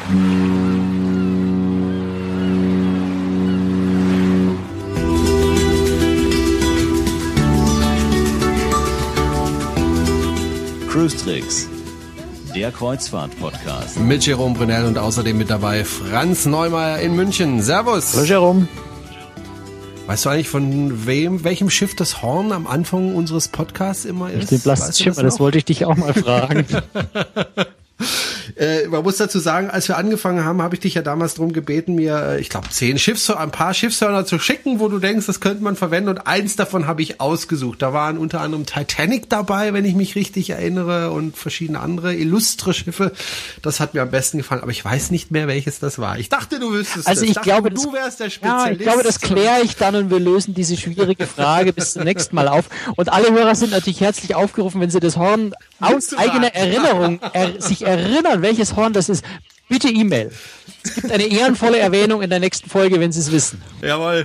Cruise Tricks, der Kreuzfahrt-Podcast. Mit Jerome Brunel und außerdem mit dabei Franz Neumeier in München. Servus. Hallo Jerome. Weißt du eigentlich, von welchem Schiff das Horn am Anfang unseres Podcasts immer ist? Den Blastschimmer, das wollte ich dich auch mal fragen. Man muss dazu sagen, als wir angefangen haben, habe ich dich ja damals darum gebeten, mir, ich glaube, ein paar Schiffshörner zu schicken, wo du denkst, das könnte man verwenden, und eins davon habe ich ausgesucht. Da waren unter anderem Titanic dabei, wenn ich mich richtig erinnere, und verschiedene andere illustre Schiffe. Das hat mir am besten gefallen, aber ich weiß nicht mehr, welches das war. Ich dachte, du wüsstest also das. Ich glaube, du wärst der Spezialist. Ja, ich glaube, das kläre ich dann und wir lösen diese schwierige Frage bis zum nächsten Mal auf. Und alle Hörer sind natürlich herzlich aufgerufen, wenn sie das Horn aus eigener Erinnerung sich erinnern, welches Horn das ist. Bitte E-Mail. Es gibt eine ehrenvolle Erwähnung in der nächsten Folge, wenn Sie es wissen. Jawohl.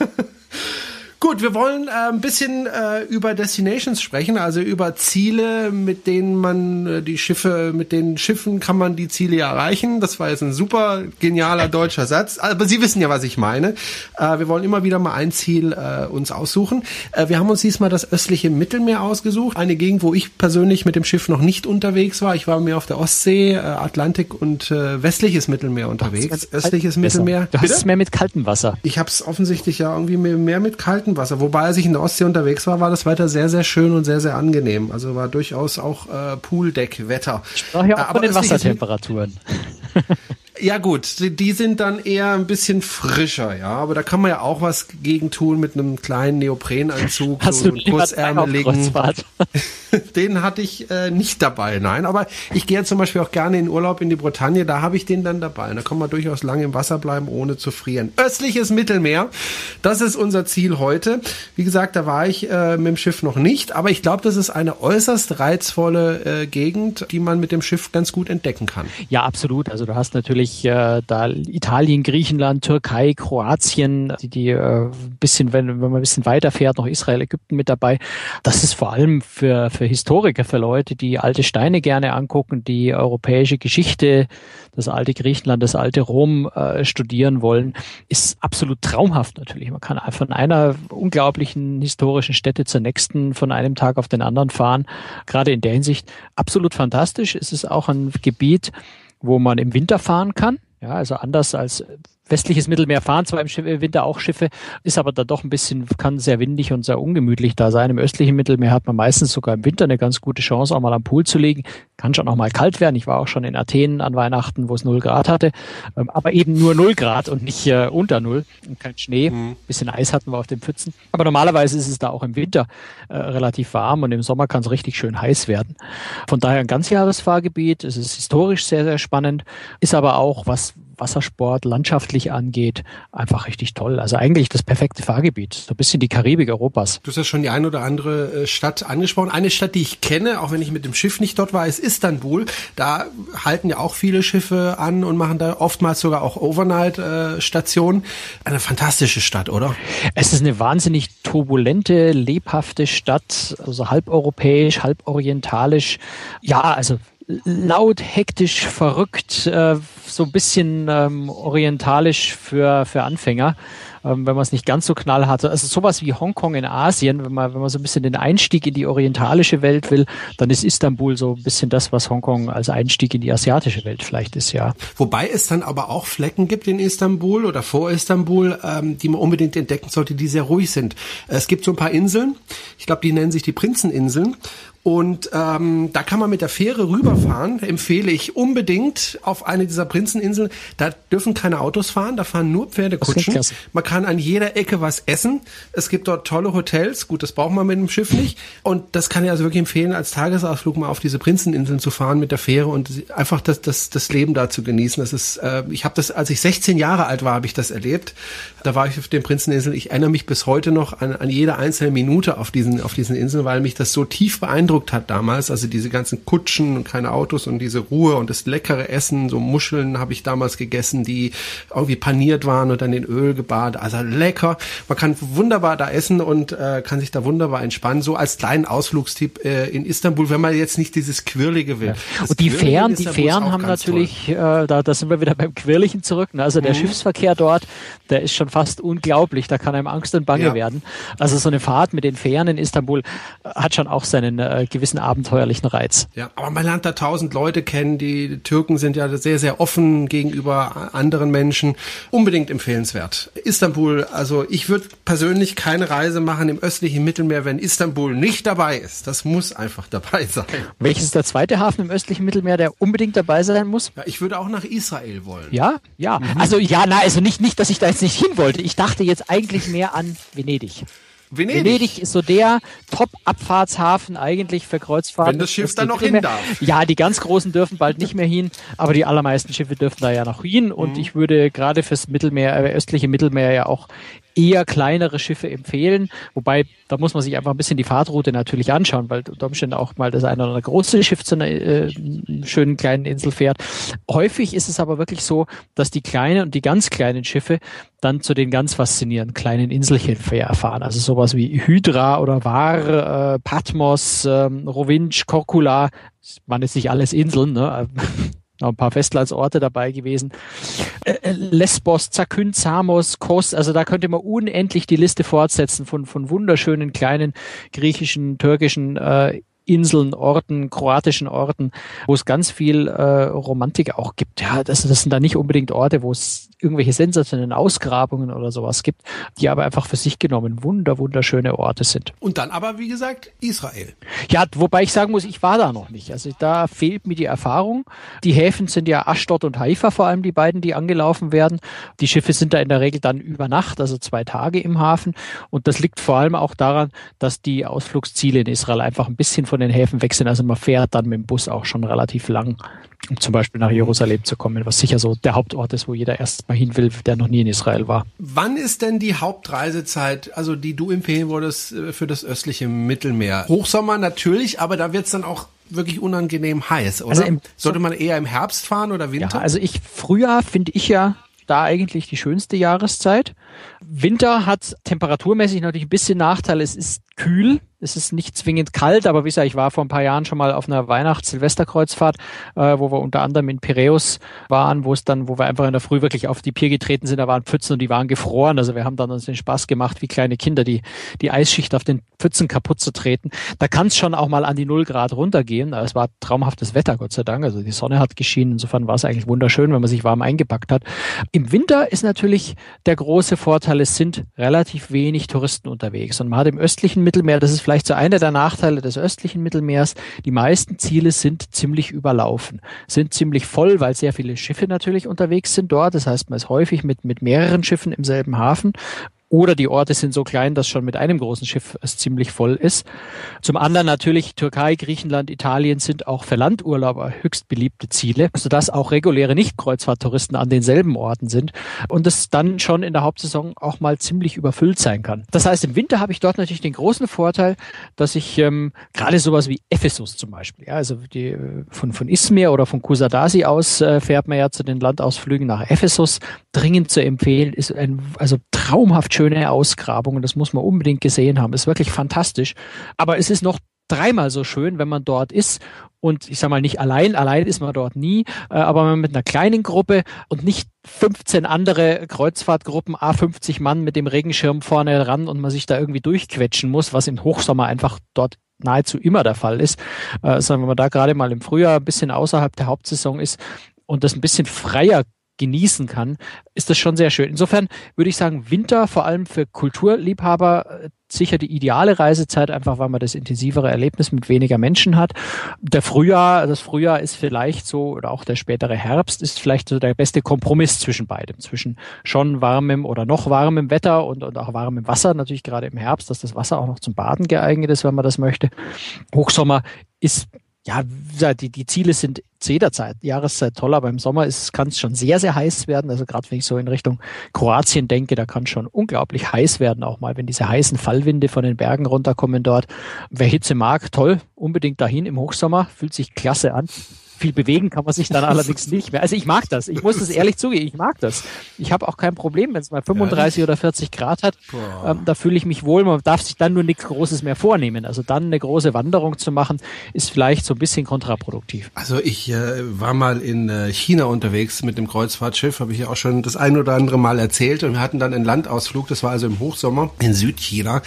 Gut, wir wollen ein bisschen über Destinations sprechen, also über Ziele, mit denen man mit den Schiffen kann man die Ziele erreichen. Das war jetzt ein super genialer deutscher Satz, aber Sie wissen ja, was ich meine. Wir wollen immer wieder mal ein Ziel uns aussuchen. Wir haben uns diesmal das östliche Mittelmeer ausgesucht, eine Gegend, wo ich persönlich mit dem Schiff noch nicht unterwegs war. Ich war mehr auf der Ostsee, Atlantik und westliches Mittelmeer unterwegs. Östliches Mittelmeer. Du hast es mehr mit kaltem Wasser. Ich habe es offensichtlich ja irgendwie mehr mit kaltem Wasser. Wobei, als ich in der Ostsee unterwegs war, war das Wetter sehr, sehr schön und sehr, sehr angenehm. Also war durchaus auch Pooldeck-Wetter. Ich sprach ja auch von den Wassertemperaturen. Ja gut, die sind dann eher ein bisschen frischer, ja, aber da kann man ja auch was gegen tun mit einem kleinen Neoprenanzug, so einen kurzärmeligen. Den hatte ich nicht dabei, nein, aber ich gehe zum Beispiel auch gerne in Urlaub in die Bretagne, da habe ich den dann dabei. Und da kann man durchaus lange im Wasser bleiben, ohne zu frieren. Östliches Mittelmeer, das ist unser Ziel heute. Wie gesagt, da war ich mit dem Schiff noch nicht, aber ich glaube, das ist eine äußerst reizvolle Gegend, die man mit dem Schiff ganz gut entdecken kann. Ja, absolut. Also du hast natürlich da Italien, Griechenland, Türkei, Kroatien, die bisschen, wenn man ein bisschen weiter fährt, noch Israel, Ägypten mit dabei. Das ist vor allem für Historiker, für Leute, die alte Steine gerne angucken, die europäische Geschichte, das alte Griechenland, das alte Rom studieren wollen, ist absolut traumhaft natürlich. Man kann von einer unglaublichen historischen Stätte zur nächsten von einem Tag auf den anderen fahren. Gerade in der Hinsicht absolut fantastisch. Es ist auch ein Gebiet, wo man im Winter fahren kann. Ja, also anders als westliches Mittelmeer fahren zwar im Winter auch Schiffe, ist aber da doch ein bisschen, kann sehr windig und sehr ungemütlich da sein. Im östlichen Mittelmeer hat man meistens sogar im Winter eine ganz gute Chance, auch mal am Pool zu liegen. Kann schon auch mal kalt werden. Ich war auch schon in Athen an Weihnachten, wo es 0 Grad hatte, aber eben nur 0 Grad und nicht unter 0 und kein Schnee. Bisschen Eis hatten wir auf den Pfützen. Aber normalerweise ist es da auch im Winter relativ warm und im Sommer kann es richtig schön heiß werden. Von daher ein Ganzjahresfahrgebiet. Es ist historisch sehr, sehr spannend, ist aber auch, was Wassersport landschaftlich angeht, einfach richtig toll. Also eigentlich das perfekte Fahrgebiet. So ein bisschen die Karibik Europas. Du hast ja schon die ein oder andere Stadt angesprochen. Eine Stadt, die ich kenne, auch wenn ich mit dem Schiff nicht dort war, ist Istanbul. Da halten ja auch viele Schiffe an und machen da oftmals sogar auch Overnight-Stationen. Eine fantastische Stadt, oder? Es ist eine wahnsinnig turbulente, lebhafte Stadt, also halb europäisch, halb orientalisch. Ja, also laut, hektisch, verrückt, so ein bisschen orientalisch für Anfänger, wenn man es nicht ganz so knallhart hat. Also sowas wie Hongkong in Asien, wenn man so ein bisschen den Einstieg in die orientalische Welt will, dann ist Istanbul so ein bisschen das, was Hongkong als Einstieg in die asiatische Welt vielleicht ist, ja. Wobei es dann aber auch Flecken gibt in Istanbul oder vor Istanbul, die man unbedingt entdecken sollte, die sehr ruhig sind. Es gibt so ein paar Inseln, ich glaube, die nennen sich die Prinzeninseln. Und da kann man mit der Fähre rüberfahren, empfehle ich unbedingt auf eine dieser Prinzeninseln. Da dürfen keine Autos fahren, da fahren nur Pferdekutschen. Man kann an jeder Ecke was essen. Es gibt dort tolle Hotels. Gut, das braucht man mit dem Schiff nicht. Und das kann ich also wirklich empfehlen, als Tagesausflug mal auf diese Prinzeninseln zu fahren mit der Fähre und einfach das Leben da zu genießen. Das ist, ich habe das, als ich 16 Jahre alt war, habe ich das erlebt. Da war ich auf den Prinzeninseln. Ich erinnere mich bis heute noch an jede einzelne Minute auf diesen Inseln, weil mich das so tief beeindruckt beeindruckt hat damals, also diese ganzen Kutschen und keine Autos und diese Ruhe und das leckere Essen, so Muscheln habe ich damals gegessen, die irgendwie paniert waren und dann in Öl gebadet, also lecker. Man kann wunderbar da essen und kann sich da wunderbar entspannen, so als kleinen Ausflugstipp in Istanbul, wenn man jetzt nicht dieses Quirlige will. Ja. Und die Fähren haben natürlich, da sind wir wieder beim Quirligen zurück, ne? Also der Schiffsverkehr dort, der ist schon fast unglaublich, da kann einem Angst und Bange werden. Also so eine Fahrt mit den Fähren in Istanbul hat schon auch seinen gewissen abenteuerlichen Reiz. Ja, aber man lernt da 1000 Leute kennen, die Türken sind ja sehr, sehr offen gegenüber anderen Menschen. Unbedingt empfehlenswert. Istanbul, also ich würde persönlich keine Reise machen im östlichen Mittelmeer, wenn Istanbul nicht dabei ist. Das muss einfach dabei sein. Welches ist der zweite Hafen im östlichen Mittelmeer, der unbedingt dabei sein muss? Ja, ich würde auch nach Israel wollen. Ja. Also also nicht, dass ich da jetzt nicht hin wollte. Ich dachte jetzt eigentlich mehr an Venedig. Venedig ist so der Top-Abfahrtshafen eigentlich für Kreuzfahrten. Wenn das Schiff da noch hin darf. Ja, die ganz Großen dürfen bald nicht mehr hin, aber die allermeisten Schiffe dürfen da ja noch hin. Und ich würde gerade fürs östliche Mittelmeer ja auch eher kleinere Schiffe empfehlen, wobei da muss man sich einfach ein bisschen die Fahrtroute natürlich anschauen, weil unter Umständen auch mal das eine oder andere große Schiff zu einer schönen kleinen Insel fährt. Häufig ist es aber wirklich so, dass die kleinen und die ganz kleinen Schiffe dann zu den ganz faszinierenden kleinen Inselchen fahren. Also sowas wie Hydra oder Var, Patmos, Rovinj, Korčula, waren jetzt nicht alles Inseln, ne? Noch ein paar Festlandsorte dabei gewesen. Lesbos, Zakynth, Samos, Kos, also da könnte man unendlich die Liste fortsetzen von wunderschönen kleinen griechischen, türkischen Inseln, Orten, kroatischen Orten, wo es ganz viel Romantik auch gibt. Ja, das sind da nicht unbedingt Orte, wo es irgendwelche sensationellen Ausgrabungen oder sowas gibt, die aber einfach für sich genommen wunderschöne Orte sind. Und dann aber, wie gesagt, Israel. Ja, wobei ich sagen muss, ich war da noch nicht. Also da fehlt mir die Erfahrung. Die Häfen sind ja Aschdod und Haifa vor allem die beiden, die angelaufen werden. Die Schiffe sind da in der Regel dann über Nacht, also 2 Tage im Hafen. Und das liegt vor allem auch daran, dass die Ausflugsziele in Israel einfach ein bisschen von den Häfen weg sind. Also man fährt dann mit dem Bus auch schon relativ lang, um zum Beispiel nach Jerusalem zu kommen, was sicher so der Hauptort ist, wo jeder erst mal hin will, der noch nie in Israel war. Wann ist denn die Hauptreisezeit, also die du empfehlen würdest für das östliche Mittelmeer? Hochsommer natürlich, aber da wird es dann auch wirklich unangenehm heiß, oder? Also sollte man eher im Herbst fahren oder Winter? Ja, also Frühjahr finde ich ja da eigentlich die schönste Jahreszeit. Winter hat temperaturmäßig natürlich ein bisschen Nachteil. Es ist kühl. Es ist nicht zwingend kalt, aber wie gesagt, ich war vor ein paar Jahren schon mal auf einer Weihnachts-Silvesterkreuzfahrt, wo wir unter anderem in Piräus waren, wo wir einfach in der Früh wirklich auf die Pier getreten sind, da waren Pfützen und die waren gefroren. Also wir haben dann uns den Spaß gemacht, wie kleine Kinder die Eisschicht auf den Pfützen kaputt zu treten. Da kann es schon auch mal an die 0 Grad runtergehen. Es war traumhaftes Wetter, Gott sei Dank. Also die Sonne hat geschienen. Insofern war es eigentlich wunderschön, wenn man sich warm eingepackt hat. Im Winter ist natürlich der große Vorteil, es sind relativ wenig Touristen unterwegs. Und man hat im östlichen Mittelmeer, das ist vielleicht so einer der Nachteile des östlichen Mittelmeers, die meisten Ziele sind ziemlich überlaufen, sind ziemlich voll, weil sehr viele Schiffe natürlich unterwegs sind dort. Das heißt, man ist häufig mit mehreren Schiffen im selben Hafen. Oder die Orte sind so klein, dass schon mit einem großen Schiff es ziemlich voll ist. Zum anderen natürlich Türkei, Griechenland, Italien sind auch für Landurlauber höchst beliebte Ziele, sodass auch reguläre Nicht-Kreuzfahrttouristen an denselben Orten sind und es dann schon in der Hauptsaison auch mal ziemlich überfüllt sein kann. Das heißt, im Winter habe ich dort natürlich den großen Vorteil, dass ich gerade sowas wie Ephesus zum Beispiel, ja, also von Izmir oder von Kusadasi aus fährt man ja zu den Landausflügen nach Ephesus, dringend zu empfehlen, ist also traumhaft schöne Ausgrabungen, das muss man unbedingt gesehen haben, ist wirklich fantastisch, aber es ist noch 3-mal so schön, wenn man dort ist und ich sag mal nicht allein ist man dort nie, aber man mit einer kleinen Gruppe und nicht 15 andere Kreuzfahrtgruppen, 50 Mann mit dem Regenschirm vorne ran und man sich da irgendwie durchquetschen muss, was im Hochsommer einfach dort nahezu immer der Fall ist, sondern wenn man da gerade mal im Frühjahr ein bisschen außerhalb der Hauptsaison ist und das ein bisschen freier genießen kann, ist das schon sehr schön. Insofern würde ich sagen, Winter vor allem für Kulturliebhaber sicher die ideale Reisezeit, einfach weil man das intensivere Erlebnis mit weniger Menschen hat. Das Frühjahr ist vielleicht so, oder auch der spätere Herbst ist vielleicht so der beste Kompromiss zwischen beidem, zwischen schon warmem oder noch warmem Wetter und auch warmem Wasser, natürlich gerade im Herbst, dass das Wasser auch noch zum Baden geeignet ist, wenn man das möchte. Hochsommer ist Ja, die Ziele sind zu jeder Jahreszeit toll, aber im Sommer kann es schon sehr, sehr heiß werden. Also gerade wenn ich so in Richtung Kroatien denke, da kann schon unglaublich heiß werden, auch mal, wenn diese heißen Fallwinde von den Bergen runterkommen dort. Wer Hitze mag, toll, unbedingt dahin im Hochsommer, fühlt sich klasse an. Viel bewegen kann man sich dann allerdings nicht mehr. Also ich mag das. Ich muss das ehrlich zugeben. Ich mag das. Ich habe auch kein Problem, wenn es mal 35 oder 40 Grad hat. Da fühle ich mich wohl. Man darf sich dann nur nichts Großes mehr vornehmen. Also dann eine große Wanderung zu machen, ist vielleicht so ein bisschen kontraproduktiv. Also ich war mal in China unterwegs mit dem Kreuzfahrtschiff, habe ich ja auch schon das ein oder andere Mal erzählt. Und wir hatten dann einen Landausflug, das war also im Hochsommer in Südchina.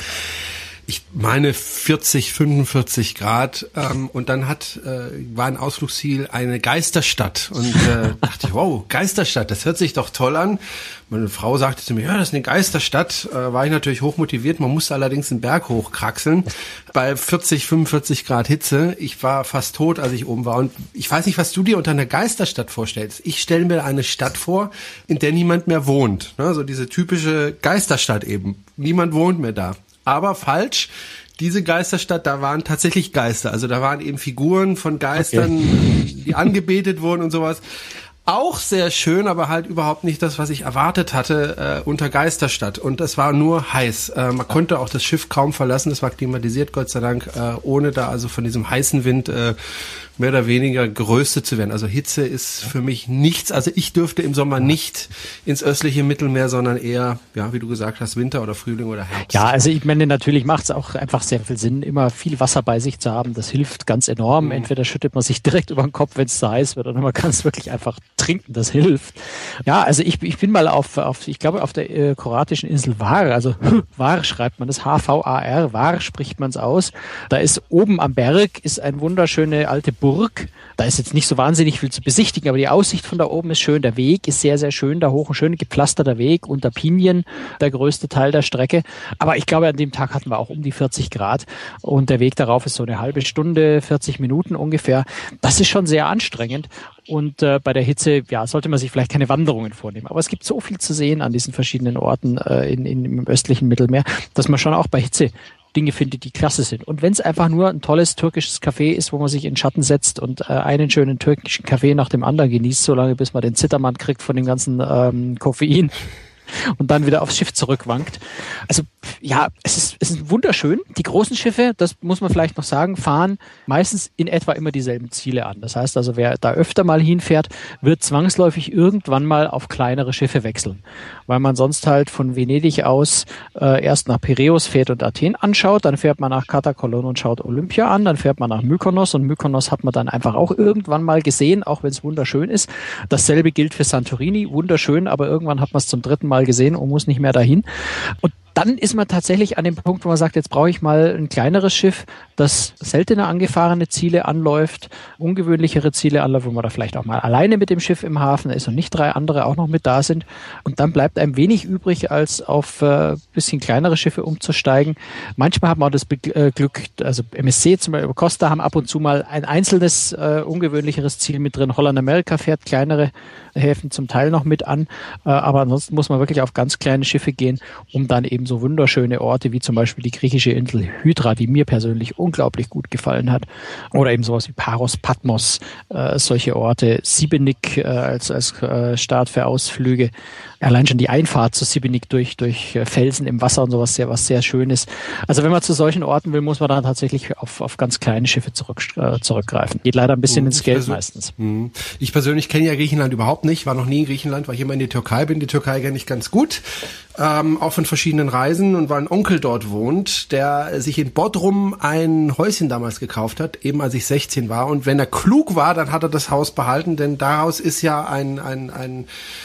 Ich meine 40, 45 Grad und dann war ein Ausflugsziel eine Geisterstadt und dachte ich, wow, Geisterstadt, das hört sich doch toll an. Meine Frau sagte zu mir, ja, das ist eine Geisterstadt. War ich natürlich hochmotiviert, man musste allerdings einen Berg hochkraxeln bei 40, 45 Grad Hitze. Ich war fast tot, als ich oben war und ich weiß nicht, was du dir unter einer Geisterstadt vorstellst. Ich stelle mir eine Stadt vor, in der niemand mehr wohnt. Ne? So diese typische Geisterstadt eben. Niemand wohnt mehr da. Aber falsch, diese Geisterstadt, da waren tatsächlich Geister. Also da waren eben Figuren von Geistern, die angebetet wurden und sowas. Auch sehr schön, aber halt überhaupt nicht das, was ich erwartet hatte unter Geisterstadt. Und es war nur heiß. Man konnte auch das Schiff kaum verlassen. Es war klimatisiert, Gott sei Dank, ohne da also von diesem heißen Wind mehr oder weniger geröstet zu werden. Also Hitze ist für mich nichts. Also ich dürfte im Sommer nicht ins östliche Mittelmeer, sondern eher, ja, wie du gesagt hast, Winter oder Frühling oder Herbst. Ja, also ich meine, natürlich macht es auch einfach sehr viel Sinn, immer viel Wasser bei sich zu haben. Das hilft ganz enorm. Entweder schüttet man sich direkt über den Kopf, wenn es zu heiß wird, oder man kann es wirklich einfach trinken. Das hilft. Ja, also ich bin mal ich glaube, auf der kroatischen Insel Hvar, also Hvar schreibt man das, Hvar, Hvar spricht man es aus. Da ist oben am Berg ist eine wunderschöne alte Burg. Da ist jetzt nicht so wahnsinnig viel zu besichtigen, aber die Aussicht von da oben ist schön. Der Weg ist sehr, sehr schön da hoch, ein schön gepflasterter Weg unter Pinien, der größte Teil der Strecke. Aber ich glaube, an dem Tag hatten wir auch um die 40 Grad und der Weg darauf ist so eine halbe Stunde, 40 Minuten ungefähr. Das ist schon sehr anstrengend. Und bei der Hitze, ja, sollte man sich vielleicht keine Wanderungen vornehmen. Aber es gibt so viel zu sehen an diesen verschiedenen Orten im östlichen Mittelmeer, dass man schon auch bei Hitze Dinge findet, die klasse sind. Und wenn es einfach nur ein tolles türkisches Café ist, wo man sich in Schatten setzt und einen schönen türkischen Kaffee nach dem anderen genießt, solange bis man den Zittermann kriegt von dem ganzen Koffein und dann wieder aufs Schiff zurückwankt. Also ja, es ist wunderschön. Die großen Schiffe, das muss man vielleicht noch sagen, fahren meistens in etwa immer dieselben Ziele an. Das heißt also, wer da öfter mal hinfährt, wird zwangsläufig irgendwann mal auf kleinere Schiffe wechseln. Weil man sonst halt von Venedig aus erst nach Piräus fährt und Athen anschaut, dann fährt man nach Katakolon und schaut Olympia an, dann fährt man nach Mykonos und Mykonos hat man dann einfach auch irgendwann mal gesehen, auch wenn es wunderschön ist. Dasselbe gilt für Santorini, wunderschön, aber irgendwann hat man es zum dritten Mal gesehen und muss nicht mehr dahin. Und dann ist man tatsächlich an dem Punkt, wo man sagt, jetzt brauche ich mal ein kleineres Schiff, das seltener angefahrene Ziele anläuft, ungewöhnlichere Ziele anläuft, wo man da vielleicht auch mal alleine mit dem Schiff im Hafen ist und nicht 3 andere auch noch mit da sind. Und dann bleibt einem wenig übrig, als auf bisschen kleinere Schiffe umzusteigen. Manchmal hat man auch das Glück, also MSC zum Beispiel, Costa haben ab und zu mal ein einzelnes ungewöhnlicheres Ziel mit drin. Holland America fährt kleinere Häfen zum Teil noch mit an, aber ansonsten muss man wirklich auf ganz kleine Schiffe gehen, um dann eben so wunderschöne Orte wie zum Beispiel die griechische Insel Hydra, die mir persönlich unglaublich gut gefallen hat, oder eben sowas wie Paros, Patmos, solche Orte, Šibenik als Start für Ausflüge. Allein schon die Einfahrt zu Šibenik durch Felsen im Wasser und sowas, was sehr Schönes. Also wenn man zu solchen Orten will, muss man dann tatsächlich auf ganz kleine Schiffe zurückgreifen. Geht leider ein bisschen ins Geld meistens. Ich persönlich kenne ja Griechenland überhaupt nicht, war noch nie in Griechenland, weil ich immer in die Türkei bin. Die Türkei kenne ich ganz gut, auch von verschiedenen Reisen, und weil ein Onkel dort wohnt, der sich in Bodrum ein Häuschen damals gekauft hat, eben als ich 16 war. Und wenn er klug war, dann hat er das Haus behalten, denn daraus ist ja ein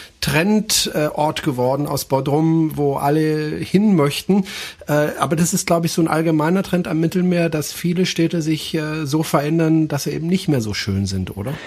Trendort geworden aus Bodrum, wo alle hin möchten. Aber das ist, glaube ich, so ein allgemeiner Trend am Mittelmeer, dass viele Städte sich so verändern, dass sie eben nicht mehr so schön sind, oder?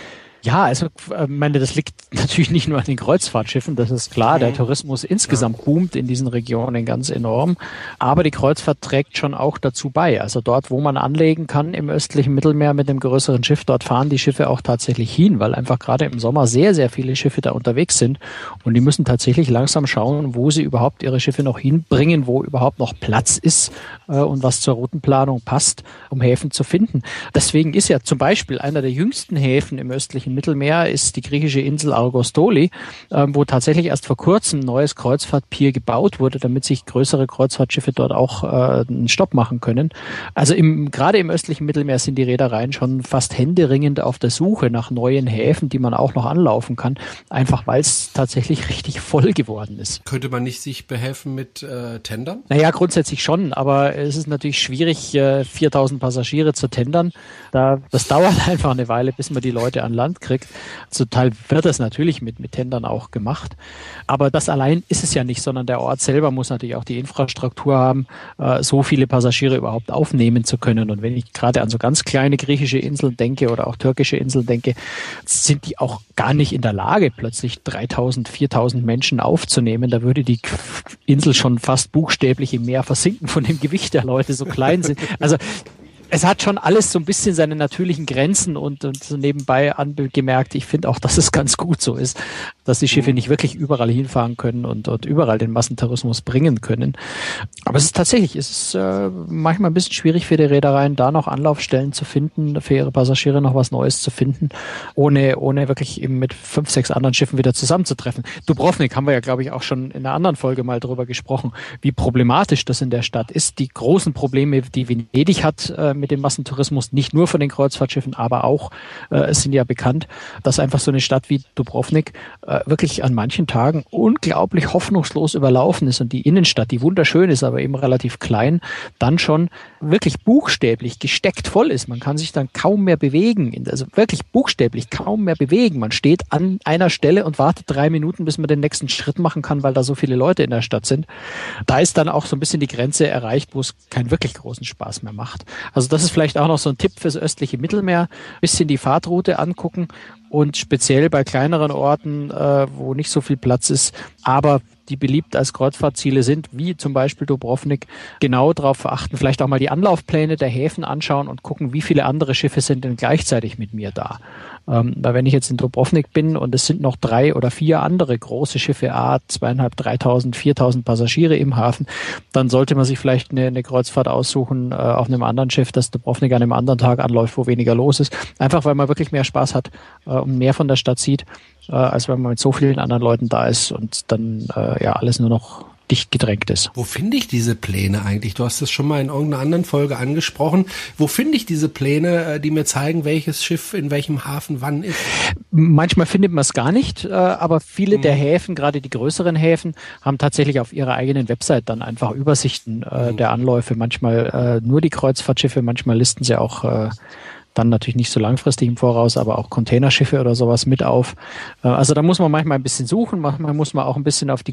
Ja, also meine, das liegt natürlich nicht nur an den Kreuzfahrtschiffen, das ist klar. Der Tourismus insgesamt boomt in diesen Regionen ganz enorm, aber die Kreuzfahrt trägt schon auch dazu bei. Also dort, wo man anlegen kann im östlichen Mittelmeer mit einem größeren Schiff, dort fahren die Schiffe auch tatsächlich hin, weil einfach gerade im Sommer sehr, sehr viele Schiffe da unterwegs sind und die müssen tatsächlich langsam schauen, wo sie überhaupt ihre Schiffe noch hinbringen, wo überhaupt noch Platz ist und was zur Routenplanung passt, um Häfen zu finden. Deswegen ist ja zum Beispiel einer der jüngsten Häfen im östlichen Mittelmeer ist die griechische Insel Argostoli, wo tatsächlich erst vor kurzem ein neues Kreuzfahrtpier gebaut wurde, damit sich größere Kreuzfahrtschiffe dort auch einen Stopp machen können. Also gerade im östlichen Mittelmeer sind die Reedereien schon fast händeringend auf der Suche nach neuen Häfen, die man auch noch anlaufen kann, einfach weil es tatsächlich richtig voll geworden ist. Könnte man nicht sich behelfen mit Tendern? Naja, grundsätzlich schon, aber es ist natürlich schwierig, 4.000 Passagiere zu tendern. Das dauert einfach eine Weile, bis man die Leute an Land kriegt. Zum Teil wird das natürlich mit Tendern auch gemacht. Aber das allein ist es ja nicht, sondern der Ort selber muss natürlich auch die Infrastruktur haben, so viele Passagiere überhaupt aufnehmen zu können. Und wenn ich gerade an so ganz kleine griechische Inseln denke oder auch türkische Inseln denke, sind die auch gar nicht in der Lage, plötzlich 3.000, 4.000 Menschen aufzunehmen. Da würde die Insel schon fast buchstäblich im Meer versinken von dem Gewicht der Leute, so klein sind. Also es hat schon alles so ein bisschen seine natürlichen Grenzen und so nebenbei angemerkt, ich finde auch, dass es ganz gut so ist, dass die Schiffe nicht wirklich überall hinfahren können und überall den Massentourismus bringen können. Aber es ist manchmal ein bisschen schwierig für die Reedereien, da noch Anlaufstellen zu finden, für ihre Passagiere noch was Neues zu finden, ohne wirklich eben mit 5, 6 anderen Schiffen wieder zusammenzutreffen. Dubrovnik haben wir ja, glaube ich, auch schon in einer anderen Folge mal drüber gesprochen, wie problematisch das in der Stadt ist. Die großen Probleme, die Venedig hat, mit dem Massentourismus, nicht nur von den Kreuzfahrtschiffen, aber auch, es sind ja bekannt, dass einfach so eine Stadt wie Dubrovnik wirklich an manchen Tagen unglaublich hoffnungslos überlaufen ist und die Innenstadt, die wunderschön ist, aber eben relativ klein, dann schon wirklich buchstäblich gesteckt voll ist. Man kann sich dann kaum mehr bewegen, also wirklich buchstäblich kaum mehr bewegen. Man steht an einer Stelle und wartet 3 Minuten, bis man den nächsten Schritt machen kann, weil da so viele Leute in der Stadt sind. Da ist dann auch so ein bisschen die Grenze erreicht, wo es keinen wirklich großen Spaß mehr macht. Also das ist vielleicht auch noch so ein Tipp fürs östliche Mittelmeer. Bisschen die Fahrtroute angucken und speziell bei kleineren Orten, wo nicht so viel Platz ist, aber die beliebt als Kreuzfahrtziele sind, wie zum Beispiel Dubrovnik, genau darauf achten, vielleicht auch mal die Anlaufpläne der Häfen anschauen und gucken, wie viele andere Schiffe sind denn gleichzeitig mit mir da. Weil wenn ich jetzt in Dubrovnik bin und es sind noch 3 oder 4 andere große Schiffe, 2.500, 3.000, 4.000 Passagiere im Hafen, dann sollte man sich vielleicht eine Kreuzfahrt aussuchen auf einem anderen Schiff, das Dubrovnik an einem anderen Tag anläuft, wo weniger los ist. Einfach, weil man wirklich mehr Spaß hat und mehr von der Stadt sieht, als wenn man mit so vielen anderen Leuten da ist und dann alles nur noch dicht gedrängt ist. Wo finde ich diese Pläne eigentlich? Du hast es schon mal in irgendeiner anderen Folge angesprochen. Wo finde ich diese Pläne, die mir zeigen, welches Schiff in welchem Hafen wann ist? Manchmal findet man es gar nicht, aber viele der Häfen, gerade die größeren Häfen, haben tatsächlich auf ihrer eigenen Website dann einfach Übersichten der Anläufe. Manchmal nur die Kreuzfahrtschiffe, manchmal listen sie auch dann natürlich nicht so langfristig im Voraus, aber auch Containerschiffe oder sowas mit auf. Also da muss man manchmal ein bisschen suchen, manchmal muss man auch ein bisschen auf die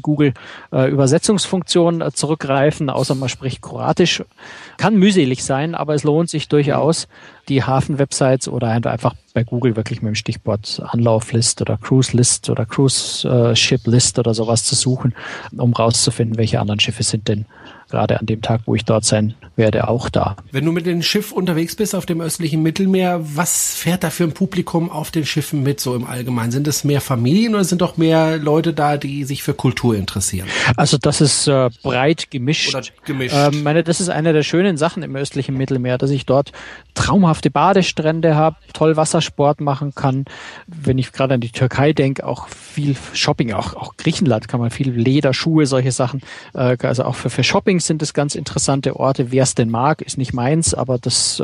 Google-Übersetzungsfunktion zurückgreifen, außer man spricht Kroatisch. Kann mühselig sein, aber es lohnt sich durchaus, die Hafen-Websites oder einfach bei Google wirklich mit dem Stichwort Anlauflist oder Cruise-List oder Cruise-Ship-List oder sowas zu suchen, um rauszufinden, welche anderen Schiffe sind denn gerade an dem Tag, wo ich dort sein werde, auch da. Wenn du mit dem Schiff unterwegs bist auf dem östlichen Mittelmeer, was fährt da für ein Publikum auf den Schiffen mit, so im Allgemeinen? Sind es mehr Familien oder sind doch mehr Leute da, die sich für Kultur interessieren? Also das ist breit gemischt. Oder gemischt. Das ist eine der schönen Sachen im östlichen Mittelmeer, dass ich dort traumhafte Badestrände habe, toll Wassersport machen kann. Wenn ich gerade an die Türkei denke, auch viel Shopping, auch Griechenland kann man viel Leder, Schuhe, solche Sachen. Also auch für Shopping sind es ganz interessante Orte. Wer es denn mag, ist nicht meins, aber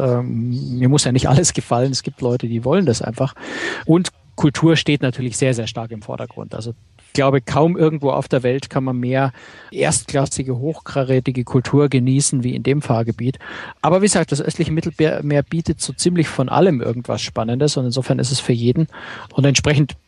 mir muss ja nicht alles gefallen. Es gibt Leute, die wollen das einfach. Und Kultur steht natürlich sehr, sehr stark im Vordergrund. Also ich glaube, kaum irgendwo auf der Welt kann man mehr erstklassige, hochkarätige Kultur genießen wie in dem Fahrgebiet. Aber wie gesagt, das östliche Mittelmeer bietet so ziemlich von allem irgendwas Spannendes und insofern ist es für jeden. Und entsprechend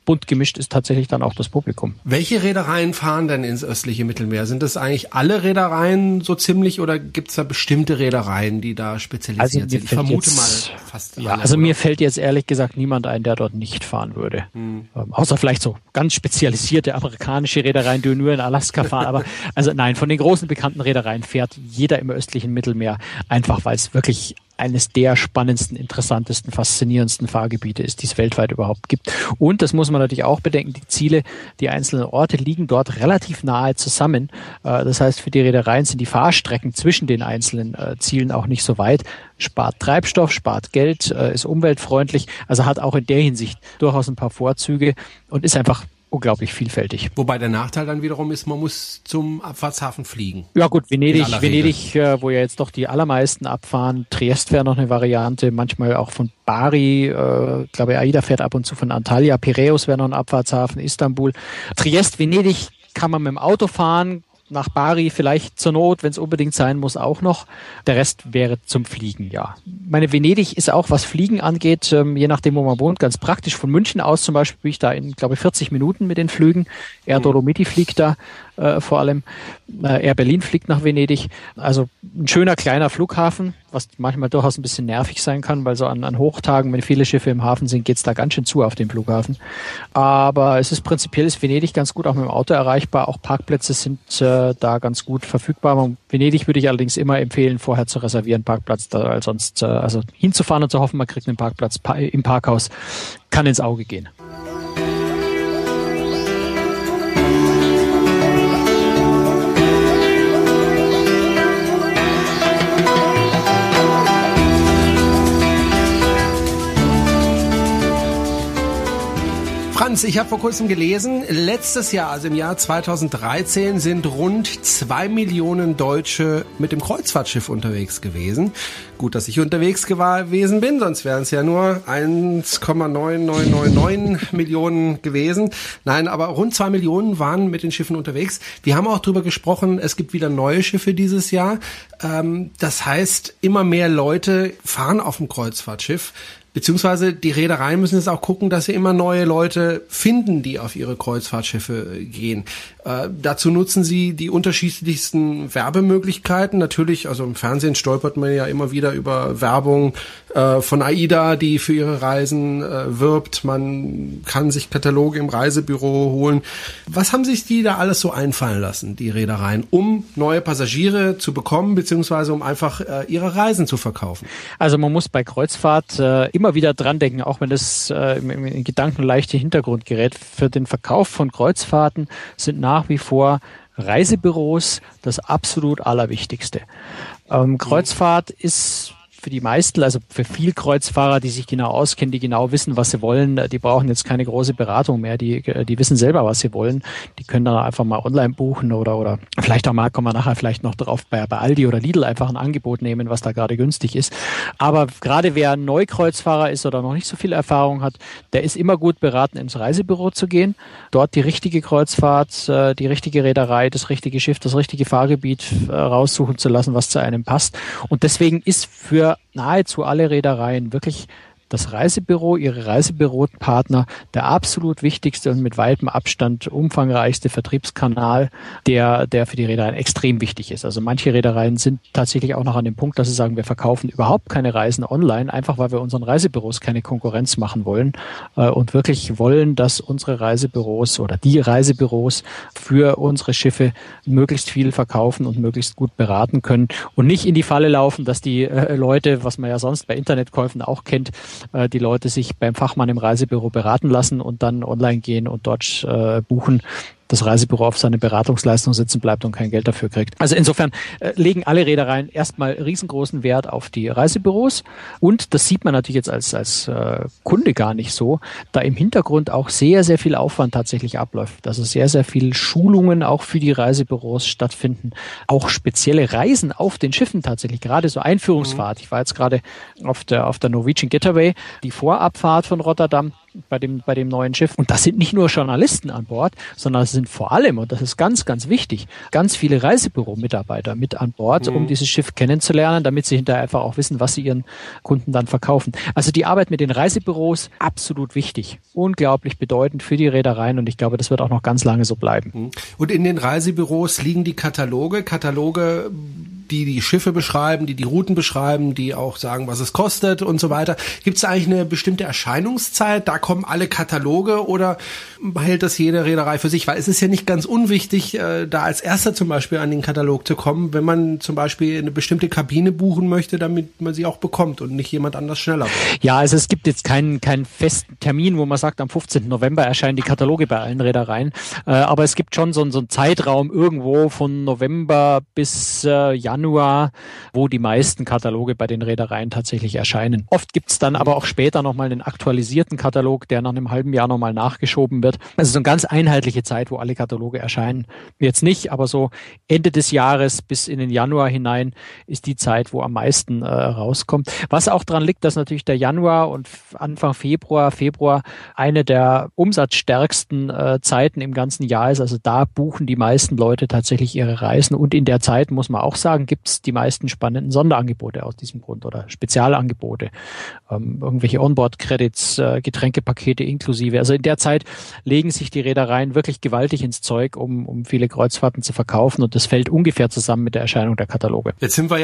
bunt gemischt ist tatsächlich dann auch das Publikum. Welche Reedereien fahren denn ins östliche Mittelmeer? Sind das eigentlich alle Reedereien so ziemlich oder gibt es da bestimmte Reedereien, die da spezialisiert sind? Ich vermute mal fast alle. Also mir fällt jetzt ehrlich gesagt niemand ein, der dort nicht fahren würde. Außer vielleicht so ganz spezialisierte amerikanische Reedereien, die nur in Alaska fahren. Aber also nein, von den großen bekannten Reedereien fährt jeder im östlichen Mittelmeer, einfach weil es wirklich eines der spannendsten, interessantesten, faszinierendsten Fahrgebiete ist, die es weltweit überhaupt gibt. Und das muss man natürlich auch bedenken, die Ziele, die einzelnen Orte liegen dort relativ nahe zusammen. Das heißt, für die Reedereien sind die Fahrstrecken zwischen den einzelnen Zielen auch nicht so weit. Spart Treibstoff, spart Geld, ist umweltfreundlich, also hat auch in der Hinsicht durchaus ein paar Vorzüge und ist einfach unglaublich vielfältig. Wobei der Nachteil dann wiederum ist, man muss zum Abfahrtshafen fliegen. Ja gut, Venedig, wo ja jetzt doch die allermeisten abfahren. Triest wäre noch eine Variante, manchmal auch von Bari, ich glaube AIDA fährt ab und zu von Antalya, Piräus wäre noch ein Abfahrtshafen, Istanbul. Triest, Venedig kann man mit dem Auto fahren, nach Bari vielleicht zur Not, wenn es unbedingt sein muss, auch noch. Der Rest wäre zum Fliegen, ja. Meine Venedig ist auch, was Fliegen angeht, je nachdem, wo man wohnt, ganz praktisch. Von München aus zum Beispiel bin ich da in, glaube ich, 40 Minuten mit den Flügen. Air Dolomiti fliegt da vor allem. Air Berlin fliegt nach Venedig. Also ein schöner kleiner Flughafen, was manchmal durchaus ein bisschen nervig sein kann, weil so an Hochtagen, wenn viele Schiffe im Hafen sind, geht's da ganz schön zu auf dem Flughafen. Aber es ist prinzipiell ist Venedig ganz gut auch mit dem Auto erreichbar. Auch Parkplätze sind da ganz gut verfügbar. Venedig würde ich allerdings immer empfehlen, vorher zu reservieren, Parkplatz, da, weil sonst also hinzufahren und zu hoffen, man kriegt einen Parkplatz im Parkhaus, kann ins Auge gehen. Franz, ich habe vor kurzem gelesen, letztes Jahr, also im Jahr 2013, sind rund 2 Millionen Deutsche mit dem Kreuzfahrtschiff unterwegs gewesen. Gut, dass ich unterwegs gewesen bin, sonst wären es ja nur 1,9999 Millionen gewesen. Nein, aber rund 2 Millionen waren mit den Schiffen unterwegs. Wir haben auch drüber gesprochen, es gibt wieder neue Schiffe dieses Jahr. Das heißt, immer mehr Leute fahren auf dem Kreuzfahrtschiff. Beziehungsweise die Reedereien müssen jetzt auch gucken, dass sie immer neue Leute finden, die auf ihre Kreuzfahrtschiffe gehen. Dazu nutzen sie die unterschiedlichsten Werbemöglichkeiten. Natürlich, also im Fernsehen stolpert man ja immer wieder über Werbung von AIDA, die für ihre Reisen wirbt. Man kann sich Kataloge im Reisebüro holen. Was haben sich die da alles so einfallen lassen, die Reedereien, um neue Passagiere zu bekommen, beziehungsweise um einfach ihre Reisen zu verkaufen? Also man muss bei Kreuzfahrt immer wieder dran denken, auch wenn das im Gedanken leicht in den Hintergrund gerät. Für den Verkauf von Kreuzfahrten sind nach wie vor Reisebüros das absolut Allerwichtigste. Kreuzfahrt ist für die meisten, also für viel Kreuzfahrer, die sich genau auskennen, die genau wissen, was sie wollen, die brauchen jetzt keine große Beratung mehr, die wissen selber, was sie wollen. Die können dann einfach mal online buchen oder vielleicht auch mal, kommen wir nachher vielleicht noch drauf, bei Aldi oder Lidl einfach ein Angebot nehmen, was da gerade günstig ist. Aber gerade wer ein Neukreuzfahrer ist oder noch nicht so viel Erfahrung hat, der ist immer gut beraten, ins Reisebüro zu gehen, dort die richtige Kreuzfahrt, die richtige Reederei, das richtige Schiff, das richtige Fahrgebiet raussuchen zu lassen, was zu einem passt. Und deswegen ist für nahezu alle Reedereien wirklich das Reisebüro, ihre Reisebüropartner, der absolut wichtigste und mit weitem Abstand umfangreichste Vertriebskanal, der für die Reedereien extrem wichtig ist. Also manche Reedereien sind tatsächlich auch noch an dem Punkt, dass sie sagen, wir verkaufen überhaupt keine Reisen online, einfach weil wir unseren Reisebüros keine Konkurrenz machen wollen und wirklich wollen, dass unsere Reisebüros oder die Reisebüros für unsere Schiffe möglichst viel verkaufen und möglichst gut beraten können und nicht in die Falle laufen, dass die Leute, was man ja sonst bei Internetkäufen auch kennt, die Leute sich beim Fachmann im Reisebüro beraten lassen und dann online gehen und dort buchen, das Reisebüro auf seine Beratungsleistung sitzen bleibt und kein Geld dafür kriegt. Also insofern legen alle Reedereien erstmal riesengroßen Wert auf die Reisebüros und das sieht man natürlich jetzt als Kunde gar nicht so, da im Hintergrund auch sehr, sehr viel Aufwand tatsächlich abläuft. Also sehr, sehr viel Schulungen auch für die Reisebüros stattfinden. Auch spezielle Reisen auf den Schiffen tatsächlich, gerade so Einführungsfahrt. Ich war jetzt gerade auf der Norwegian Getaway, die Vorabfahrt von Rotterdam. bei dem neuen Schiff. Und das sind nicht nur Journalisten an Bord, sondern es sind vor allem, und das ist ganz, ganz wichtig, ganz viele Reisebüro-Mitarbeiter mit an Bord, um dieses Schiff kennenzulernen, damit sie hinterher einfach auch wissen, was sie ihren Kunden dann verkaufen. Also die Arbeit mit den Reisebüros, absolut wichtig, unglaublich bedeutend für die Reedereien und ich glaube, das wird auch noch ganz lange so bleiben. Und in den Reisebüros liegen die Kataloge, die Schiffe beschreiben, die Routen beschreiben, die auch sagen, was es kostet und so weiter. Gibt es eigentlich eine bestimmte Erscheinungszeit? Da kommen alle Kataloge oder hält das jede Reederei für sich? Weil es ist ja nicht ganz unwichtig, da als Erster zum Beispiel an den Katalog zu kommen, wenn man zum Beispiel eine bestimmte Kabine buchen möchte, damit man sie auch bekommt und nicht jemand anders schneller wird. Ja, also es gibt jetzt keinen festen Termin, wo man sagt, am 15. November erscheinen die Kataloge bei allen Reedereien. Aber es gibt schon so einen Zeitraum irgendwo von November bis Januar, wo die meisten Kataloge bei den Reedereien tatsächlich erscheinen. Oft gibt es dann aber auch später nochmal einen aktualisierten Katalog, der nach einem halben Jahr nochmal nachgeschoben wird. Also so eine ganz einheitliche Zeit, wo alle Kataloge erscheinen. Jetzt nicht, aber so Ende des Jahres bis in den Januar hinein ist die Zeit, wo am meisten rauskommt. Was auch daran liegt, dass natürlich der Januar und Anfang Februar eine der umsatzstärksten Zeiten im ganzen Jahr ist. Also da buchen die meisten Leute tatsächlich ihre Reisen und in der Zeit, muss man auch sagen, gibt es die meisten spannenden Sonderangebote aus diesem Grund oder Spezialangebote, irgendwelche Onboard-Credits, Getränkepakete inklusive. Also in der Zeit legen sich die Reedereien wirklich gewaltig ins Zeug, um viele Kreuzfahrten zu verkaufen und das fällt ungefähr zusammen mit der Erscheinung der Kataloge. Jetzt sind wir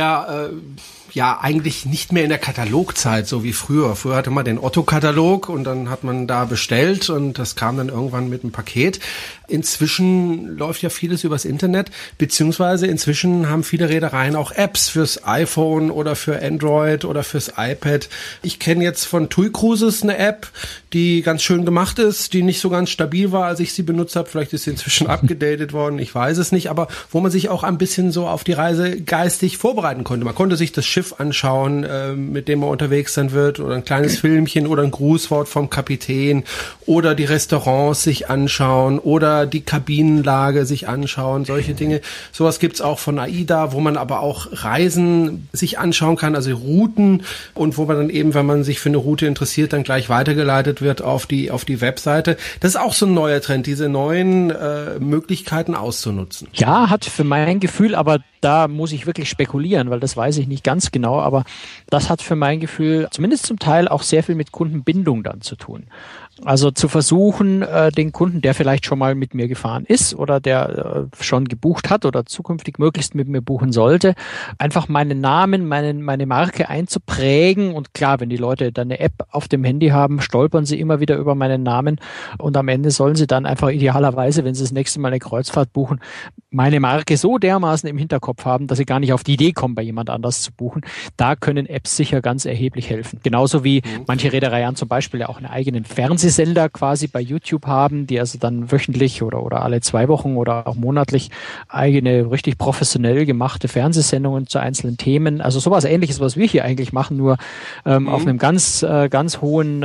ja eigentlich nicht mehr in der Katalogzeit, so wie früher. Früher hatte man den Otto-Katalog und dann hat man da bestellt und das kam dann irgendwann mit einem Paket. Inzwischen läuft ja vieles übers Internet, beziehungsweise inzwischen haben viele Reedereien auch Apps fürs iPhone oder für Android oder fürs iPad. Ich kenne jetzt von TUI Cruises eine App, die ganz schön gemacht ist, die nicht so ganz stabil war, als ich sie benutzt habe. Vielleicht ist sie inzwischen abgedatet worden, ich weiß es nicht, aber wo man sich auch ein bisschen so auf die Reise geistig vorbereiten konnte. Man konnte sich das Schiff anschauen, mit dem man unterwegs sein wird, oder ein kleines Filmchen oder ein Grußwort vom Kapitän oder die Restaurants sich anschauen oder die Kabinenlage sich anschauen, solche Dinge. Sowas gibt's auch von AIDA, wo man aber auch Reisen sich anschauen kann, also Routen, und wo man dann eben, wenn man sich für eine Route interessiert, dann gleich weitergeleitet wird auf die Webseite. Das ist auch so ein neuer Trend, diese neuen Möglichkeiten auszunutzen. Ja, hat für mein Gefühl, aber da muss ich wirklich spekulieren, weil das weiß ich nicht ganz genau, aber das hat für mein Gefühl zumindest zum Teil auch sehr viel mit Kundenbindung dann zu tun. Also zu versuchen, den Kunden, der vielleicht schon mal mit mir gefahren ist oder der schon gebucht hat oder zukünftig möglichst mit mir buchen sollte, einfach meinen Namen, meine Marke einzuprägen. Und klar, wenn die Leute dann eine App auf dem Handy haben, stolpern sie immer wieder über meinen Namen und am Ende sollen sie dann einfach idealerweise, wenn sie das nächste Mal eine Kreuzfahrt buchen, meine Marke so dermaßen im Hinterkopf haben, dass sie gar nicht auf die Idee kommen, bei jemand anders zu buchen. Da können Apps sicher ganz erheblich helfen. Genauso wie manche Reedereien zum Beispiel ja auch einen eigenen Fernsehsender quasi bei YouTube haben, die also dann wöchentlich oder alle 2 Wochen oder auch monatlich eigene richtig professionell gemachte Fernsehsendungen zu einzelnen Themen. Also sowas Ähnliches, was wir hier eigentlich machen, nur auf einem ganz hohen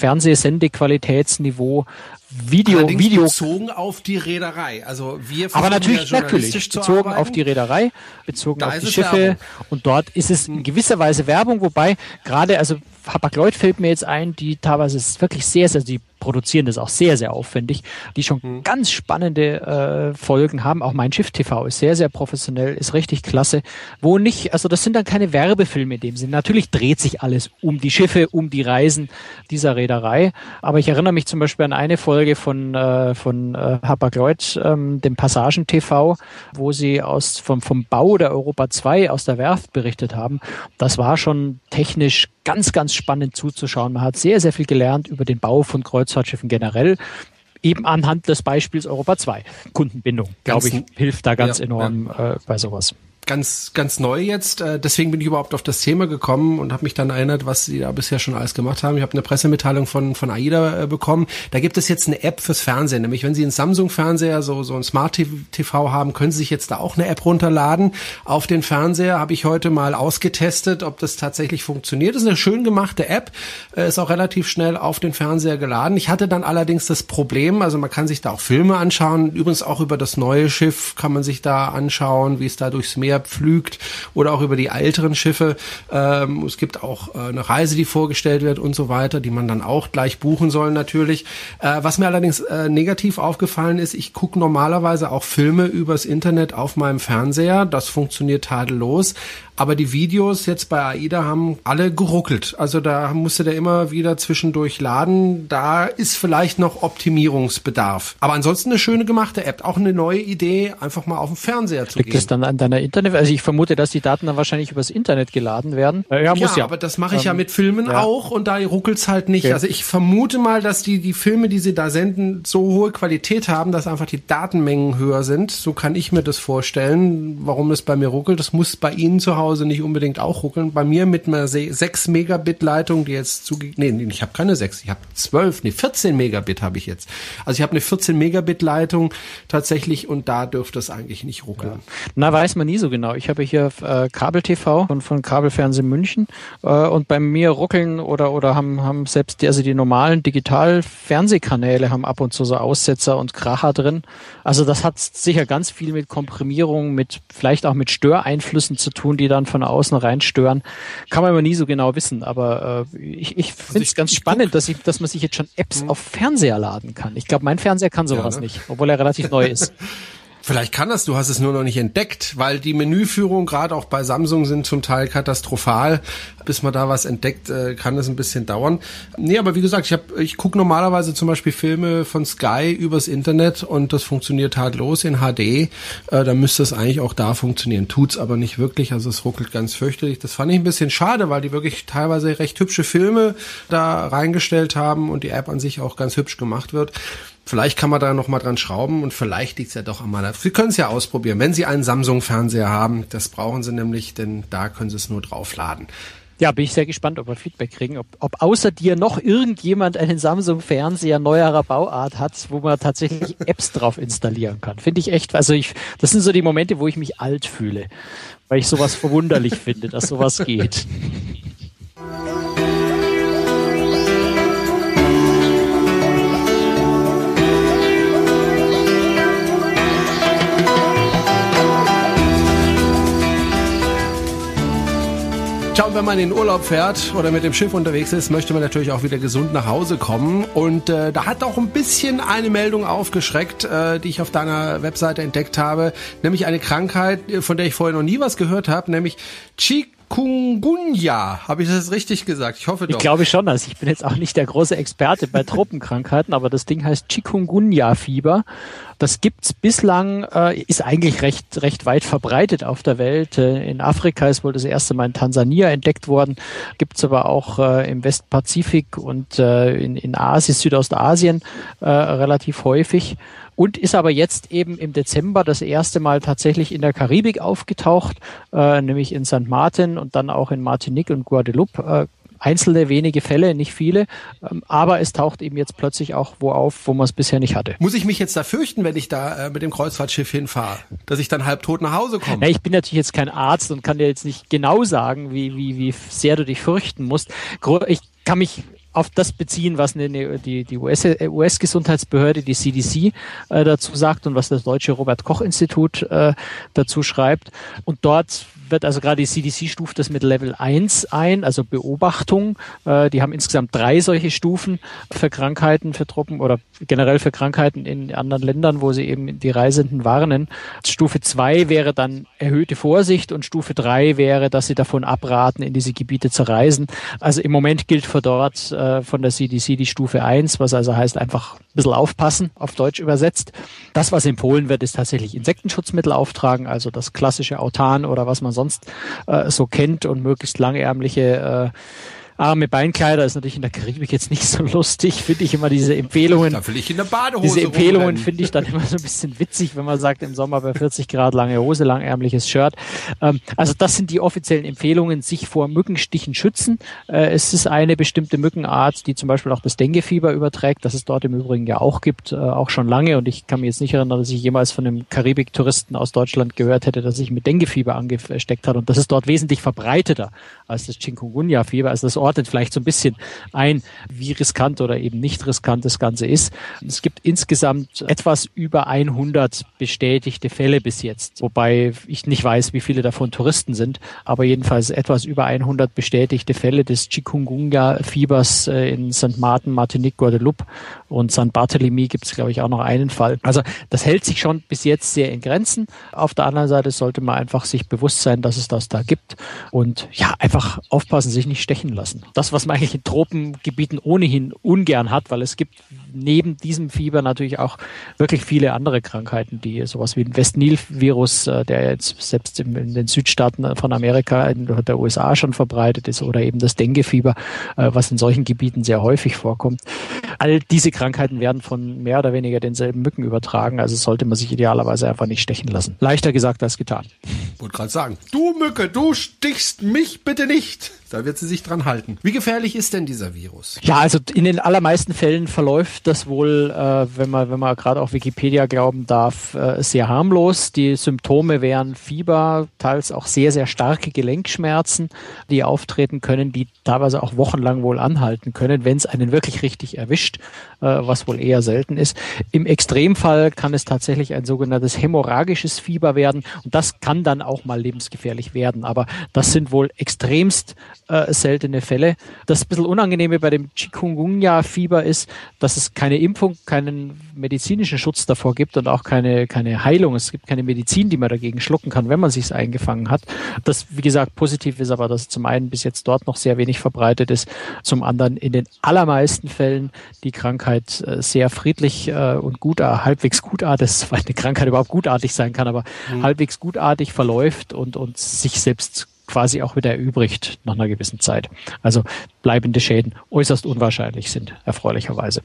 Fernsehsendequalitätsniveau. Video bezogen auf die Reederei. Also wir aber natürlich bezogen auf die Reederei, bezogen auf die Schiffe. Werbung. Und dort ist es in gewisser Weise Werbung, wobei gerade, also Hapag-Lloyd fällt mir jetzt ein, die teilweise ist wirklich sehr, die produzieren das auch sehr, sehr aufwendig, die schon ganz spannende Folgen haben. Auch Mein Schiff TV ist sehr, sehr professionell, ist richtig klasse. Wo nicht, also das sind dann keine Werbefilme in dem Sinne. Natürlich dreht sich alles um die Schiffe, um die Reisen dieser Reederei. Aber ich erinnere mich zum Beispiel an eine Folge von Hapag-Lloyd, dem Passagen TV, wo sie vom Bau der Europa 2 aus der Werft berichtet haben. Das war schon technisch ganz, ganz spannend zuzuschauen. Man hat sehr, sehr viel gelernt über den Bau von Kreuzfahrtschiffen generell, eben anhand des Beispiels Europa 2. Kundenbindung, glaube ich, hilft da ganz enorm bei sowas. Ganz, ganz neu jetzt. Deswegen bin ich überhaupt auf das Thema gekommen und habe mich dann erinnert, was sie da bisher schon alles gemacht haben. Ich habe eine Pressemitteilung von AIDA bekommen. Da gibt es jetzt eine App fürs Fernsehen. Nämlich, wenn Sie einen Samsung-Fernseher, so ein Smart TV haben, können Sie sich jetzt da auch eine App runterladen. Auf den Fernseher habe ich heute mal ausgetestet, ob das tatsächlich funktioniert. Das ist eine schön gemachte App. Ist auch relativ schnell auf den Fernseher geladen. Ich hatte dann allerdings das Problem, also man kann sich da auch Filme anschauen. Übrigens auch über das neue Schiff kann man sich da anschauen, wie es da durchs Meer Victoria pflügt oder auch über die älteren Schiffe. Es gibt auch eine Reise, die vorgestellt wird und so weiter, die man dann auch gleich buchen soll natürlich. Was mir allerdings negativ aufgefallen ist, ich gucke normalerweise auch Filme übers Internet auf meinem Fernseher. Das funktioniert tadellos. Aber die Videos jetzt bei AIDA haben alle geruckelt. Also da musste der immer wieder zwischendurch laden. Da ist vielleicht noch Optimierungsbedarf. Aber ansonsten eine schöne gemachte App. Auch eine neue Idee, einfach mal auf den Fernseher zu gehen. Liegt das dann an deiner Internet? Also ich vermute, dass die Daten dann wahrscheinlich übers Internet geladen werden. Ja, aber das mache ich ja mit Filmen auch und da ruckelt's halt nicht. Okay. Also ich vermute mal, dass die Filme, die sie da senden, so hohe Qualität haben, dass einfach die Datenmengen höher sind. So kann ich mir das vorstellen, warum es bei mir ruckelt. Das muss bei Ihnen zu Hause nicht unbedingt auch ruckeln. Bei mir mit einer 6 Megabit Leitung, die jetzt ich habe keine 6, ich habe 14 Megabit habe ich jetzt. Also ich habe eine 14 Megabit Leitung tatsächlich und da dürfte es eigentlich nicht ruckeln. Ja. Na, weiß man nie so genau. Ich habe hier Kabel-TV von Kabelfernsehen München und bei mir ruckeln oder haben selbst die normalen Digital-Fernsehkanäle haben ab und zu so Aussetzer und Kracher drin. Also das hat sicher ganz viel mit Komprimierung, vielleicht auch mit Störeinflüssen zu tun, die dann von außen rein stören. Kann man aber nie so genau wissen. Aber ich finde es ganz spannend, dass man sich jetzt schon Apps auf Fernseher laden kann. Ich glaube, mein Fernseher kann sowas nicht, obwohl er relativ neu ist. Vielleicht kann das, du hast es nur noch nicht entdeckt, weil die Menüführung gerade auch bei Samsung sind zum Teil katastrophal. Bis man da was entdeckt, kann es ein bisschen dauern. Nee, aber wie gesagt, ich gucke normalerweise zum Beispiel Filme von Sky übers Internet und das funktioniert tadellos in HD. Da müsste es eigentlich auch da funktionieren. Tut's aber nicht wirklich, also es ruckelt ganz fürchterlich. Das fand ich ein bisschen schade, weil die wirklich teilweise recht hübsche Filme da reingestellt haben und die App an sich auch ganz hübsch gemacht wird. Vielleicht kann man da noch mal dran schrauben und vielleicht liegt es ja doch an meiner. Sie können es ja ausprobieren, wenn Sie einen Samsung-Fernseher haben. Das brauchen Sie nämlich, denn da können Sie es nur draufladen. Ja, bin ich sehr gespannt, ob wir Feedback kriegen, ob außer dir noch irgendjemand einen Samsung-Fernseher neuerer Bauart hat, wo man tatsächlich Apps drauf installieren kann. Finde ich echt, das sind so die Momente, wo ich mich alt fühle, weil ich sowas verwunderlich finde, dass sowas geht. Tja, und wenn man in den Urlaub fährt oder mit dem Schiff unterwegs ist, möchte man natürlich auch wieder gesund nach Hause kommen. Und da hat auch ein bisschen eine Meldung aufgeschreckt, die ich auf deiner Webseite entdeckt habe. Nämlich eine Krankheit, von der ich vorher noch nie was gehört habe, nämlich Chikungunya. Habe ich das richtig gesagt? Ich hoffe doch. Ich glaube schon. Also ich bin jetzt auch nicht der große Experte bei Tropenkrankheiten, aber das Ding heißt Chikungunya-Fieber. Das gibt's bislang, ist eigentlich recht weit verbreitet auf der Welt. In Afrika ist wohl das erste Mal in Tansania entdeckt worden. Gibt's aber auch im Westpazifik und in Asien, Südostasien relativ häufig. Und ist aber jetzt eben im Dezember das erste Mal tatsächlich in der Karibik aufgetaucht, nämlich in St. Martin und dann auch in Martinique und Guadeloupe. Einzelne wenige Fälle, nicht viele, aber es taucht eben jetzt plötzlich auch wo auf, wo man es bisher nicht hatte. Muss ich mich jetzt da fürchten, wenn ich da mit dem Kreuzfahrtschiff hinfahre, dass ich dann halbtot nach Hause komme? Ja, ich bin natürlich jetzt kein Arzt und kann dir jetzt nicht genau sagen, wie sehr du dich fürchten musst. Ich kann mich auf das beziehen, was die US-Gesundheitsbehörde, die CDC, dazu sagt und was das deutsche Robert-Koch-Institut dazu schreibt. Und dort wird also gerade die CDC stuft das mit Level 1 ein, also Beobachtung. Die haben insgesamt 3 solche Stufen für Krankheiten, für Truppen oder generell für Krankheiten in anderen Ländern, wo sie eben die Reisenden warnen. Stufe 2 wäre dann erhöhte Vorsicht und Stufe 3 wäre, dass sie davon abraten, in diese Gebiete zu reisen. Also im Moment gilt für dort von der CDC die Stufe 1, was also heißt einfach ein bisschen aufpassen, auf Deutsch übersetzt. Das, was empfohlen wird, ist tatsächlich Insektenschutzmittel auftragen, also das klassische Autan oder was man sonst so kennt und möglichst langärmliche arme Beinkleider ist natürlich in der Karibik jetzt nicht so lustig, finde ich immer diese Empfehlungen. Da will ich in der Badehose Diese Empfehlungen finde ich dann immer so ein bisschen witzig, wenn man sagt, im Sommer bei 40 Grad lange Hose, langärmliches Shirt. Also das sind die offiziellen Empfehlungen, sich vor Mückenstichen schützen. Es ist eine bestimmte Mückenart, die zum Beispiel auch das Denguefieber überträgt, das es dort im Übrigen ja auch gibt, auch schon lange. Und ich kann mich jetzt nicht erinnern, dass ich jemals von einem Karibik-Touristen aus Deutschland gehört hätte, dass sich mit Denguefieber angesteckt hat. Und das ist dort wesentlich verbreiteter als das Chikungunya-Fieber, also das ordnet vielleicht so ein bisschen ein, wie riskant oder eben nicht riskant das Ganze ist. Es gibt insgesamt etwas über 100 bestätigte Fälle bis jetzt, wobei ich nicht weiß, wie viele davon Touristen sind, aber jedenfalls etwas über 100 bestätigte Fälle des Chikungunya-Fiebers in St. Martin, Martinique, Guadeloupe und St. Barthélemy gibt es, glaube ich, auch noch einen Fall. Also das hält sich schon bis jetzt sehr in Grenzen. Auf der anderen Seite sollte man einfach sich bewusst sein, dass es das da gibt und ja, einfach aufpassen, sich nicht stechen lassen. Das, was man eigentlich in Tropengebieten ohnehin ungern hat, weil es gibt neben diesem Fieber natürlich auch wirklich viele andere Krankheiten, die sowas wie ein West-Nil-Virus, der jetzt selbst in den Südstaaten von Amerika, in der USA schon verbreitet ist, oder eben das Dengue-Fieber, was in solchen Gebieten sehr häufig vorkommt. All diese Krankheiten werden von mehr oder weniger denselben Mücken übertragen, also sollte man sich idealerweise einfach nicht stechen lassen. Leichter gesagt als getan. Ich wollte gerade sagen, du Mücke, du stichst mich bitte nicht. Da wird sie sich dran halten. Wie gefährlich ist denn dieser Virus? Ja, also in den allermeisten Fällen verläuft das wohl, wenn man gerade auch Wikipedia glauben darf, sehr harmlos. Die Symptome wären Fieber, teils auch sehr, sehr starke Gelenkschmerzen, die auftreten können, die teilweise auch wochenlang wohl anhalten können, wenn es einen wirklich richtig erwischt, was wohl eher selten ist. Im Extremfall kann es tatsächlich ein sogenanntes hämorrhagisches Fieber werden und das kann dann auch mal lebensgefährlich werden, aber das sind wohl extremst seltene Fälle. Das bisschen Unangenehme bei dem Chikungunya-Fieber ist, dass es keine Impfung, keinen medizinischen Schutz davor gibt und auch keine Heilung. Es gibt keine Medizin, die man dagegen schlucken kann, wenn man sich's eingefangen hat. Das, wie gesagt, positiv ist aber, dass zum einen bis jetzt dort noch sehr wenig verbreitet ist, zum anderen in den allermeisten Fällen die Krankheit sehr friedlich und halbwegs gutartig, weil eine Krankheit überhaupt gutartig sein kann, aber halbwegs gutartig verläuft und sich selbst quasi auch wieder erübrigt nach einer gewissen Zeit. Also bleibende Schäden äußerst unwahrscheinlich sind, erfreulicherweise.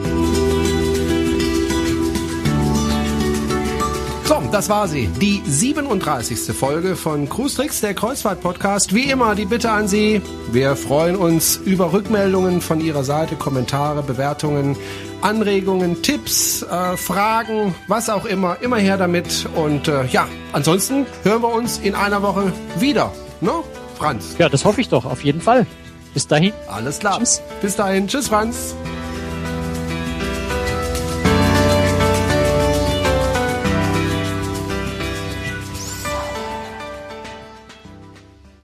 So, das war sie. Die 37. Folge von Cruise Tricks, der Kreuzfahrt-Podcast. Wie immer die Bitte an Sie. Wir freuen uns über Rückmeldungen von Ihrer Seite, Kommentare, Bewertungen, Anregungen, Tipps, Fragen, was auch immer. Immer her damit. Und ja, ansonsten hören wir uns in einer Woche wieder. No, Franz? Ja, das hoffe ich doch, auf jeden Fall. Bis dahin. Alles klar. Tschüss. Bis dahin. Tschüss, Franz.